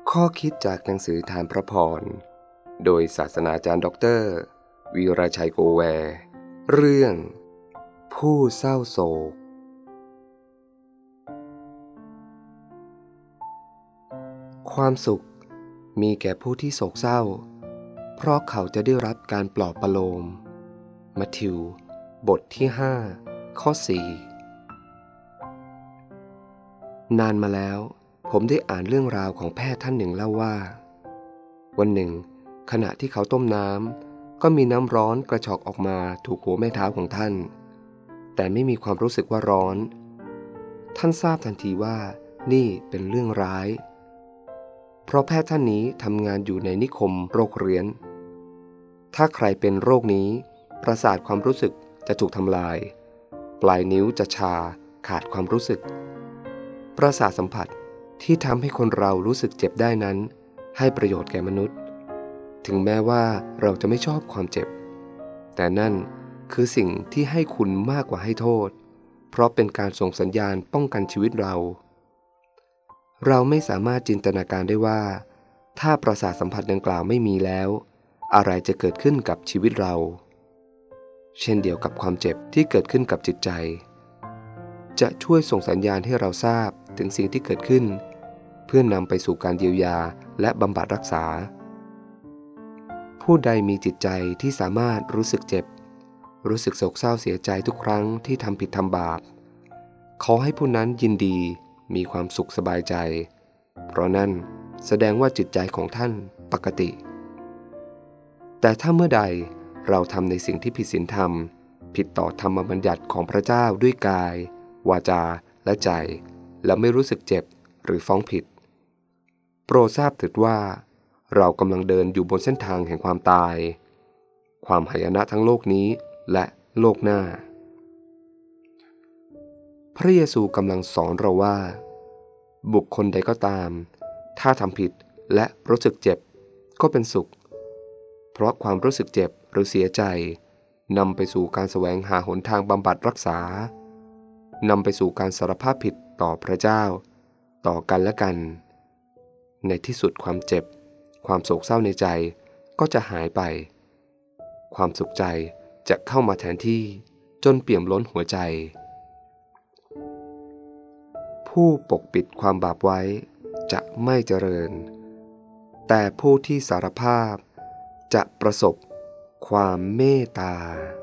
ข้อคิดจากหนังสือทานพระพรโดยศาสนาจารย์ดร.วีรชัยโกแวร์เรื่องผู้เศร้าโศกความสุขมีแก่ผู้ที่โศกเศร้าเพราะเขาจะได้รับการปลอบประโลมมัทธิวบทที่5ข้อ4นานมาแล้วผมได้อ่านเรื่องราวของแพทย์ท่านหนึ่งเล่าว่าวันหนึ่งขณะที่เขาต้มน้ำก็มีน้ำร้อนกระชอกออกมาถูกหัวแม่เท้าของท่านแต่ไม่มีความรู้สึกว่าร้อนท่านทราบทันทีว่านี่เป็นเรื่องร้ายเพราะแพทย์ท่านนี้ทำงานอยู่ในนิคมโรคเรื้อนถ้าใครเป็นโรคนี้ประสาทความรู้สึกจะถูกทำลายปลายนิ้วจะชาขาดความรู้สึกประสาทสัมผัสที่ทำให้คนเรารู้สึกเจ็บได้นั้นให้ประโยชน์แก่มนุษย์ถึงแม้ว่าเราจะไม่ชอบความเจ็บแต่นั่นคือสิ่งที่ให้คุณมากกว่าให้โทษเพราะเป็นการส่งสัญญาณป้องกันชีวิตเราไม่สามารถจินตนาการได้ว่าถ้าประสาทสัมผัสดังกล่าวไม่มีแล้วอะไรจะเกิดขึ้นกับชีวิตเราเช่นเดียวกับความเจ็บที่เกิดขึ้นกับจิตใจจะช่วยส่งสัญญาณให้เราทราบถึงสิ่งที่เกิดขึ้นเพื่อนำไปสู่การเยียวยาและบำบัดรักษาผู้ใดมีจิตใจที่สามารถรู้สึกเจ็บรู้สึกโศกเศร้าเสียใจทุกครั้งที่ทำผิดทำบาปขอให้ผู้นั้นยินดีมีความสุขสบายใจเพราะนั่นแสดงว่าจิตใจของท่านปกติแต่ถ้าเมื่อใดเราทำในสิ่งที่ผิดศีลธรรมผิดต่อธรรมบัญญัติของพระเจ้าด้วยกายวาจาและใจและไม่รู้สึกเจ็บหรือฟ้องผิดโปรดทราบเถิดว่าเรากำลังเดินอยู่บนเส้นทางแห่งความตายความหายนะทั้งโลกนี้และโลกหน้าพระเยซูกำลังสอนเราว่าบุคคลใดก็ตามถ้าทำผิดและรู้สึกเจ็บก็เป็นสุขเพราะความรู้สึกเจ็บหรือเสียใจนำไปสู่การแสวงหาหนทางบำบัดรักษานำไปสู่การสารภาพผิดต่อพระเจ้าต่อกันและกันในที่สุดความเจ็บความโศกเศร้าในใจก็จะหายไปความสุขใจจะเข้ามาแทนที่จนเปี่ยมล้นหัวใจผู้ปกปิดความบาปไว้จะไม่เจริญแต่ผู้ที่สารภาพจะประสบความเมตตา